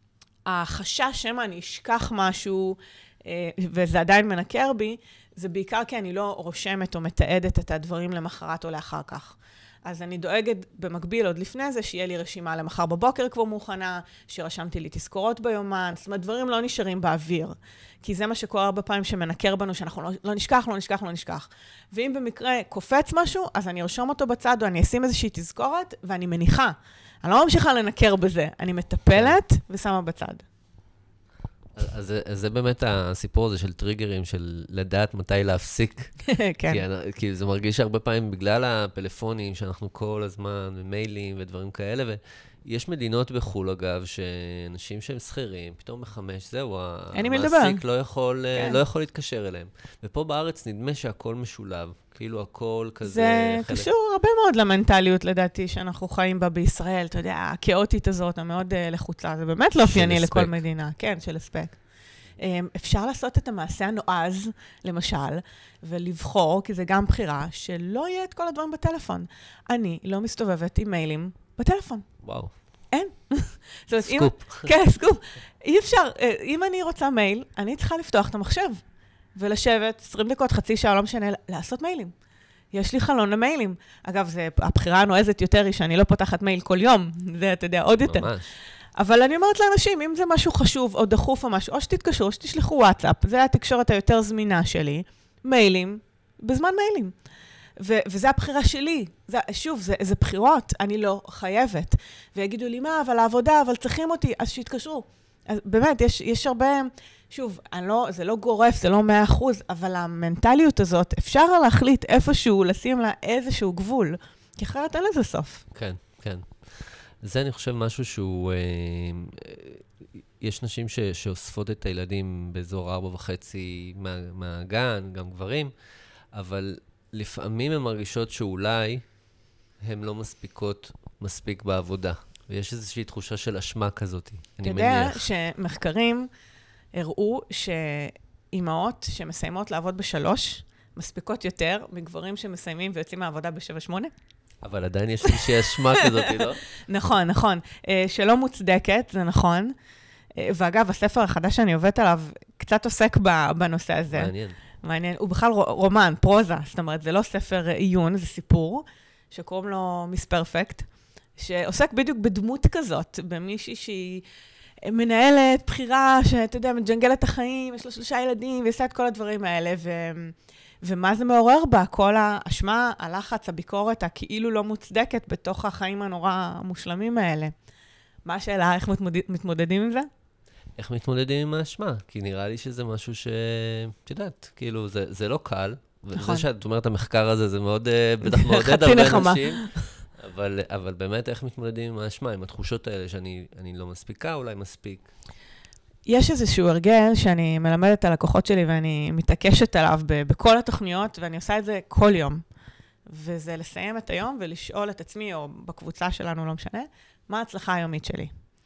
S1: החשש שמה אני אשכח משהו, וזה עדיין מנקר בי, זה בעיקר כי אני לא רושמת או מתעדת את הדברים למחרת או לאחר כך. אז אני דואגת במקביל עוד לפני זה, שיהיה לי רשימה למחר בבוקר כבר מוכנה, שרשמתי לי תזכורות ביומן, זאת אומרת, דברים לא נשארים באוויר. כי זה מה שקורה הרבה פעמים שמנקר בנו, שאנחנו לא נשכח. ואם במקרה קופץ משהו, אז אני ארשום אותו בצד, או אני אשים איזושהי תזכורת, ואני מניחה. אני לא ממשיכה לנקר בזה, אני מטפלת ושמה בצד.
S2: אז זה באמת הסיפור הזה של טריגרים, של לדעת מתי להפסיק.
S1: כן.
S2: כי זה מרגיש הרבה פעמים בגלל הפלאפונים, שאנחנו כל הזמן, ומיילים ודברים כאלה, ויש מדינות בחול, אגב, שאנשים שהם שכירים, פתאום בחמש, זהו, המעסיק לא יכול להתקשר אליהם. ופה בארץ נדמה שהכל משולב, כאילו הכל כזה...
S1: זה קשור הרבה מאוד למנטליות, לדעתי, שאנחנו חיים בה בישראל, אתה יודע, הכאוטית הזאת, המאוד לחוצה, זה באמת לא אופייני לכל מדינה. כן, של הספק. אפשר לעשות את המעשה הנועז, למשל, ולבחור, כי זה גם בחירה, שלא יהיה את כל הדברים בטלפון. אני לא מסתובבת עם מיילים בטלפון.
S2: וואו.
S1: אין.
S2: סקופ.
S1: כן, סקופ. אי אפשר. אם אני רוצה מייל, אני צריכה לפתוח את המחשב, ולשבת 20 דקות, חצי שעה, לא משנה, לעשות מיילים. יש לי חלון למיילים. אגב, הבחירה הנועזת יותר היא שאני לא פותחת מייל כל יום. זה, אתה יודע, עוד יותר. ממש. אבל אני אומרת לאנשים, אם זה משהו חשוב או דחוף או משהו, או שתתקשרו, או שתשלחו וואטסאפ, זה התקשורת היותר זמינה שלי, מיילים, בזמן מיילים. וזה הבחירה שלי. שוב, זה בחירות, אני לא חייבת. ויגידו לי, מה, אבל העבודה, אבל צריכים אותי, אז שיתקשרו. אז באמת, יש הרבה, שוב, זה לא גורף, זה לא 100%, אבל המנטליות הזאת, אפשר להחליט איפשהו, לשים לה איזשהו גבול. כי אחרת אין לזה סוף.
S2: כן, כן. זה אני חושב משהו שהוא... יש נשים שאוספות את הילדים באזור 4.5 מהגן, גם גברים, אבל לפעמים הן מרגישות שאולי הן לא מספיקות מספיק בעבודה. ויש איזושהי תחושה של אשמה כזאת, אני מניח.
S1: אתה יודע שמחקרים הראו שאימהות שמסיימות לעבוד ב3, מספיקות יותר מגברים שמסיימים ויוצאים מהעבודה ב7-8?
S2: אבל עדיין יש איזושהי אשמה כזאת, לא?
S1: נכון, נכון. שלא מוצדקת, זה נכון. ואגב, הספר החדש שאני עובדת עליו קצת עוסק בנושא הזה.
S2: מעניין.
S1: מעניין. הוא בכלל רומן, פרוזה, זאת אומרת, זה לא ספר עיון, זה סיפור, שקוראים לו מיס פרפקט, שעוסק בדיוק בדמות כזאת, במישהי שהיא מנהלת בחירה, שאתה יודע, מג'נגלת את החיים, יש לה 3 ילדים, ועושה את כל הדברים האלה, ומה זה מעורר בה? כל האשמה, הלחץ, הביקורת, הכאילו לא מוצדקת בתוך החיים הנורא המושלמים האלה. מה השאלה, איך מתמודדים עם זה?
S2: איך מתמודדים עם האשמה? כי נראה לי שזה משהו את יודעת, כאילו, זה לא קל.
S1: נכון.
S2: וזה שאת אומרת, המחקר הזה, זה מאוד, בטח מעודד הרבה אנשים. אבל באמת, איך מתמודדים עם האשמה, עם התחושות האלה שאני לא מספיקה, אולי מספיק?
S1: יש איזשהו הרגל שאני מלמדת על לקוחות שלי, ואני מתעקשת עליו בכל התוכניות, ואני עושה את זה כל יום. וזה לסיים את היום ולשאול את עצמי, או בקבוצה שלנו, לא משנה, מה ההצלחה היומית שלי?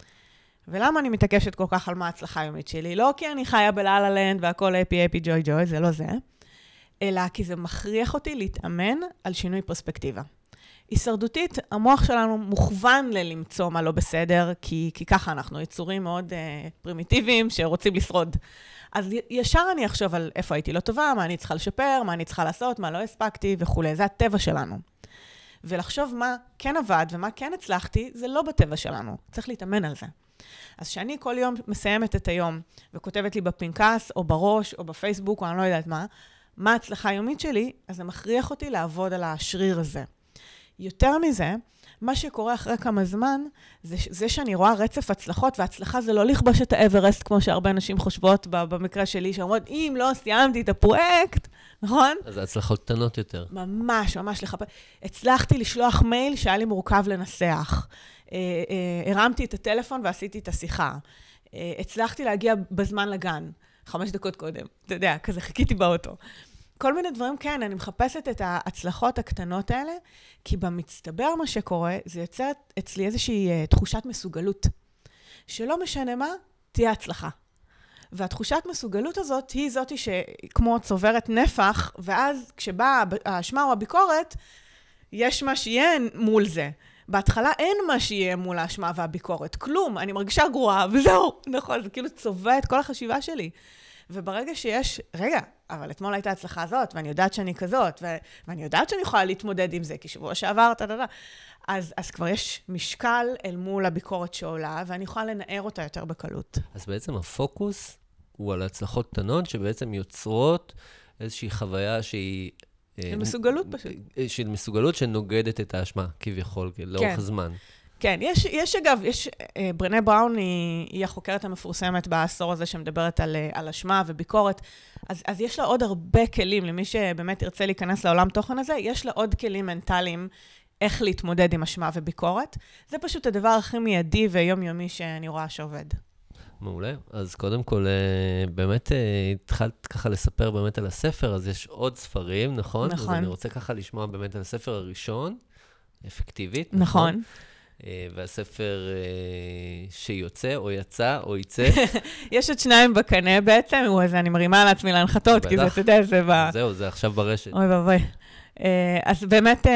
S1: ולמה אני מתעקשת כל כך על מה ההצלחה היומית שלי? לא כי אני חיה בלה-לה לנד והכל אפי אפי ג'וי ג'וי, זה לא זה, אלא כי זה מכריח אותי להתאמן על שינוי פרספקטיבה. הישרדותית, המוח שלנו מוכוון ללמצוא מה לא בסדר, כי ככה אנחנו יצורים מאוד פרימיטיביים שרוצים לשרוד. אז ישר אני אחשוב על איפה הייתי לא טובה, מה אני צריכה לשפר, מה אני צריכה לעשות, מה לא הספקתי וכו'. זה הטבע שלנו. ולחשוב מה כן עבד ומה כן הצלחתי, זה לא בטבע שלנו. צריך להתאמן על זה. אז שאני כל יום מסיימת את היום וכותבת לי בפנקס או בראש או בפייסבוק או אני לא יודעת מה ההצלחה היומית שלי, אז זה מכריח אותי לעבוד על השריר הזה. יותר מזה, מה שקורה אחרי כמה זמן, זה שאני רואה רצף הצלחות, והצלחה זה לא לכבוש את האברסט, כמו שהרבה אנשים חושבות במקרה שלי, שאומרות, אם לא סיימתי את הפרויקט, נכון?
S2: אז ההצלחות קטנות יותר.
S1: ממש, ממש לחפש. הצלחתי לשלוח מייל שהיה לי מורכב לנסח. הרמתי את הטלפון ועשיתי את השיחה. הצלחתי להגיע בזמן לגן, 5 דקות קודם. אתה יודע, כזה חיכיתי באוטו. כל מיני דברים, כן, אני מחפשת את ההצלחות הקטנות האלה, כי במצטבר מה שקורה, זה יוצר אצלי איזושהי תחושת מסוגלות. שלא משנה מה, תהיה הצלחה. והתחושת מסוגלות הזאת היא זאת שכמו צוברת נפח, ואז כשבאה האשמה או הביקורת, יש מה שיהיה מול זה. בהתחלה אין מה שיהיה מול האשמה והביקורת. כלום, אני מרגישה גרועה, וזהו, נכון, זה כאילו צובע את כל החשיבה שלי. וברגע שיש, רגע, אבל אתמול הייתה הצלחה הזאת, ואני יודעת שאני כזאת, ואני יודעת שאני יכולה להתמודד עם זה, כי שבוע שעבר, אז כבר יש משקל אל מול הביקורת שעולה, ואני יכולה לנער אותה יותר בקלות.
S2: אז בעצם הפוקוס הוא על הצלחות קטנות, שבעצם יוצרות איזושהי חוויה שהיא...
S1: של מסוגלות פשוט.
S2: של מסוגלות שנוגדת את האשמה, כביכול, לאורך הזמן.
S1: כן, יש אגב, ברנה בראון היא החוקרת המפורסמת בעשור הזה שמדברת על אשמה וביקורת, אז יש לה עוד הרבה כלים, למי שבאמת ירצה להיכנס לעולם תוכן הזה, יש לה עוד כלים מנטליים איך להתמודד עם אשמה וביקורת. זה פשוט הדבר הכי מיידי ויומיומי שאני רואה שעובד.
S2: מעולה. אז קודם כל, באמת התחלת ככה לספר באמת על הספר, אז יש עוד ספרים, נכון?
S1: נכון.
S2: אז אני רוצה ככה לשמוע באמת על הספר הראשון, אפקטיבית.
S1: נכון.
S2: והספר שיוצא, או יצא, או יצא.
S1: יש עוד 2 בקנה בעצם, אז אני מרימה על עצמי להנחתות, כי זה, אתה יודע, זה
S2: זהו, זה עכשיו ברשת.
S1: אוי ואבוי. אז באמת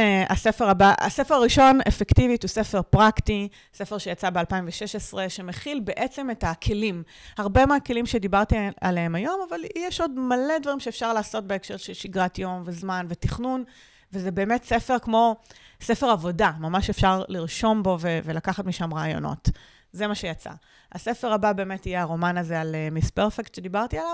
S1: הספר הראשון, אפקטיבית, הוא ספר פרקטי, ספר שיצא ב-2016, שמכיל בעצם את הכלים. הרבה מהכלים שדיברתי עליהם היום, אבל יש עוד מלא דברים שאפשר לעשות בהקשר של שגרת יום וזמן ותכנון, וזה באמת ספר כמו ספר עבודה, ממש אפשר לרשום בו ולקחת משם רעיונות. זה מה שיצא. הספר הבא באמת יהיה הרומן הזה על מיס פרפקט שדיברתי עליו,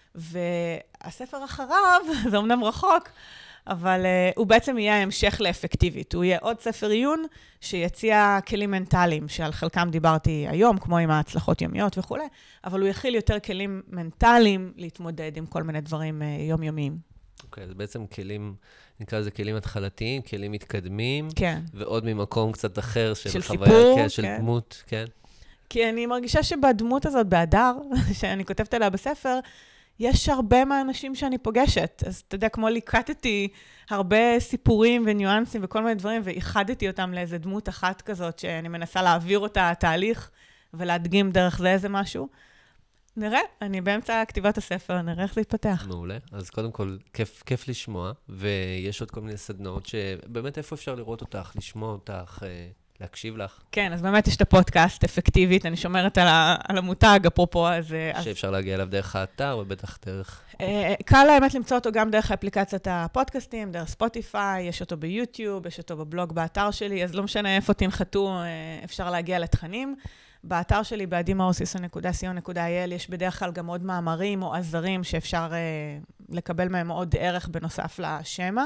S1: והספר אחריו, זה אומנם רחוק, אבל הוא בעצם יהיה המשך לאפקטיבית. הוא יהיה עוד ספר עיון שיציע כלים מנטליים, שעל חלקם דיברתי היום, כמו עם ההצלחות יומיות וכו', אבל הוא יכיל יותר כלים מנטליים להתמודד עם כל מיני דברים יומיומיים.
S2: אוקיי, אז בעצם כלים, נקרא לזה כלים התחלתיים, כלים מתקדמים,
S1: כן.
S2: ועוד ממקום קצת אחר של חוויה,
S1: סיפור,
S2: כן, של דמות, כן.
S1: כי אני מרגישה שבדמות הזאת, בהדר, שאני כותבת עליה בספר, יש הרבה מהאנשים שאני פוגשת. אז אתה יודע, כמו ליקטתי הרבה סיפורים וניואנסים וכל מיני דברים, ואיחדתי אותם לאיזה דמות אחת כזאת, שאני מנסה להעביר אותה תהליך, ולהדגים דרך זה איזה משהו. נראה, אני באמצע כתיבת הספר, נראה איך זה יתפתח.
S2: מעולה. אז קודם כל, כיף לשמוע, ויש עוד כל מיני סדנאות שבאמת איפה אפשר לראות אותך, לשמוע אותך, להקשיב לך.
S1: כן, אז באמת יש את הפודקאסט, אפקטיבית, אני שומרת על המותג, אפרופו, אז...
S2: שאפשר להגיע אליו דרך האתר, ובטח דרך...
S1: קל האמת למצוא אותו גם דרך אפליקציית הפודקאסטים, דרך ספוטיפיי, יש אותו ביוטיוב, יש אותו בבלוג באתר שלי, אז לא משנה איפה תנחתו, אפשר להגיע לתכנים. באתר שלי, ב-adimaosiso.co.il, יש בדרך כלל גם עוד מאמרים או עזרים שאפשר לקבל מהם עוד ערך בנוסף לשמה.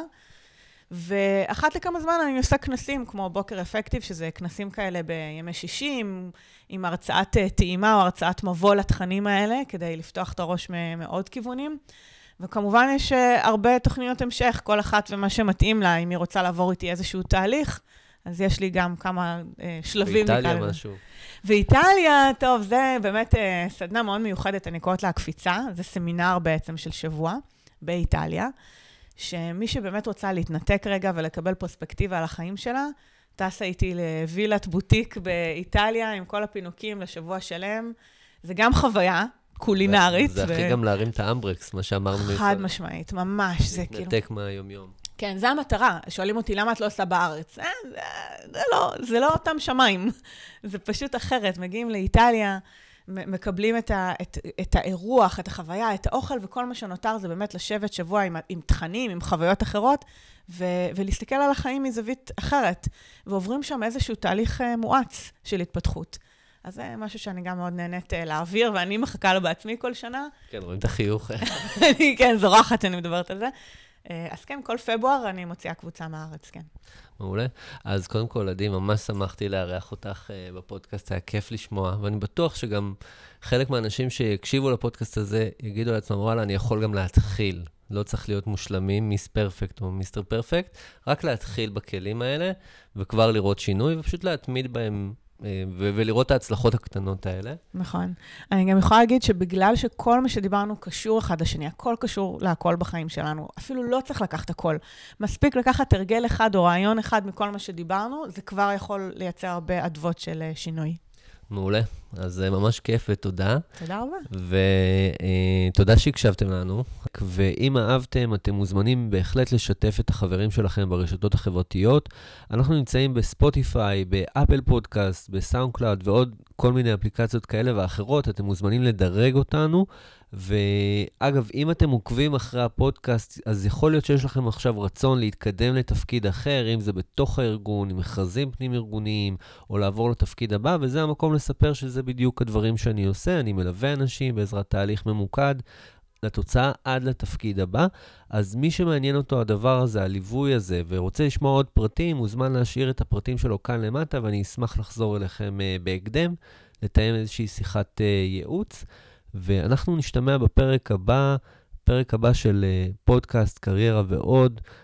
S1: ואחת לכמה זמן אני עושה כנסים, כמו בוקר אפקטיב, שזה כנסים כאלה בימי שישי, עם הרצאת טעימה או הרצאת מבוא לתכנים האלה, כדי לפתוח את הראש מעוד כיוונים. וכמובן יש הרבה תוכניות המשך, כל אחת ומה שמתאים לה, אם היא רוצה לעבור איתי איזשהו תהליך, אז יש לי גם כמה שלבים.
S2: ואיטליה משהו.
S1: ואיטליה, טוב, זה באמת סדנה מאוד מיוחדת, אני קוראת לה הקפיצה, זה סמינר בעצם של שבוע באיטליה, שמי שבאמת רוצה להתנתק רגע ולקבל פרספקטיבה על החיים שלה, טסה איתי לווילת בוטיק באיטליה עם כל הפינוקים לשבוע שלם. זה גם חוויה קולינרית.
S2: זה הכי גם להרים את האמברקס, מה שאמרנו.
S1: חד משמעית, ממש. זה כאילו...
S2: להתנתק מהיום-יום.
S1: כן, זה המטרה. שואלים אותי, למה את לא עושה בארץ? זה לא אותם שמיים. זה פשוט אחרת. מגיעים לאיטליה, מקבלים את האירוח, את החוויה, את האוכל, וכל מה שנותר זה באמת לשבת שבוע עם תכנים, עם חוויות אחרות, ולהסתכל על החיים מזווית אחרת. ועוברים שם איזשהו תהליך מואץ של התפתחות. אז זה משהו שאני גם מאוד נהנית להעביר, ואני מחכה לו בעצמי כל שנה.
S2: כן, רואים את החיוך.
S1: כן, זורחת שאני מדברת על זה. אז כן, כל פברואר אני מוציאה קבוצה מהארץ, כן.
S2: מעולה. אז קודם כל, עדי, ממש שמחתי לארח אותך בפודקאסט, היה כיף לשמוע, ואני בטוח שגם חלק מהאנשים שיקשיבו לפודקאסט הזה, יגידו לעצמם, וואלה, אני יכול גם להתחיל. לא צריך להיות מושלמים, מיס פרפקט או מיסטר פרפקט, רק להתחיל בכלים האלה, וכבר לראות שינוי, ופשוט להתמיד בהם, ולראות את ההצלחות הקטנות האלה.
S1: נכון. אני גם יכולה להגיד שבגלל שכל מה שדיברנו קשור אחד לשני, הכל קשור להכל בחיים שלנו, אפילו לא צריך לקחת הכל. מספיק לקחת הרגל אחד או רעיון אחד מכל מה שדיברנו, זה כבר יכול לייצר הרבה עדבות של שינוי.
S2: מעולה. אז ממש כיף ותודה.
S1: תודה רבה.
S2: ותודה שהקשבתם לנו. ואם אהבתם, אתם מוזמנים בהחלט לשתף את החברים שלכם ברשתות החברתיות. אנחנו נמצאים בספוטיפיי, באפל פודקאסט, בסאונד קלאוד ועוד כל מיני אפליקציות כאלה ואחרות. אתם מוזמנים לדרג אותנו. ואגב, אם אתם עוקבים אחרי הפודקאסט, אז יכול להיות שיש לכם עכשיו רצון להתקדם לתפקיד אחר, אם זה בתוך הארגון, עם מכרזים פנים-ארגוניים, או לעבור לתפקיד הבא, וזה המקום לספר שזה בדיוק הדברים שאני עושה. אני מלווה אנשים בעזרת תהליך ממוקד לתוצאה עד לתפקיד הבא. אז מי שמעניין אותו הדבר הזה, הליווי הזה, ורוצה לשמוע עוד פרטים, מוזמן להשאיר את הפרטים שלו כאן למטה, ואני אשמח לחזור אליכם בהקדם, לתאם איזושהי שיחת ייעוץ. ואנחנו נשתמע בפרק הבא של פודקאסט קריירה ועוד.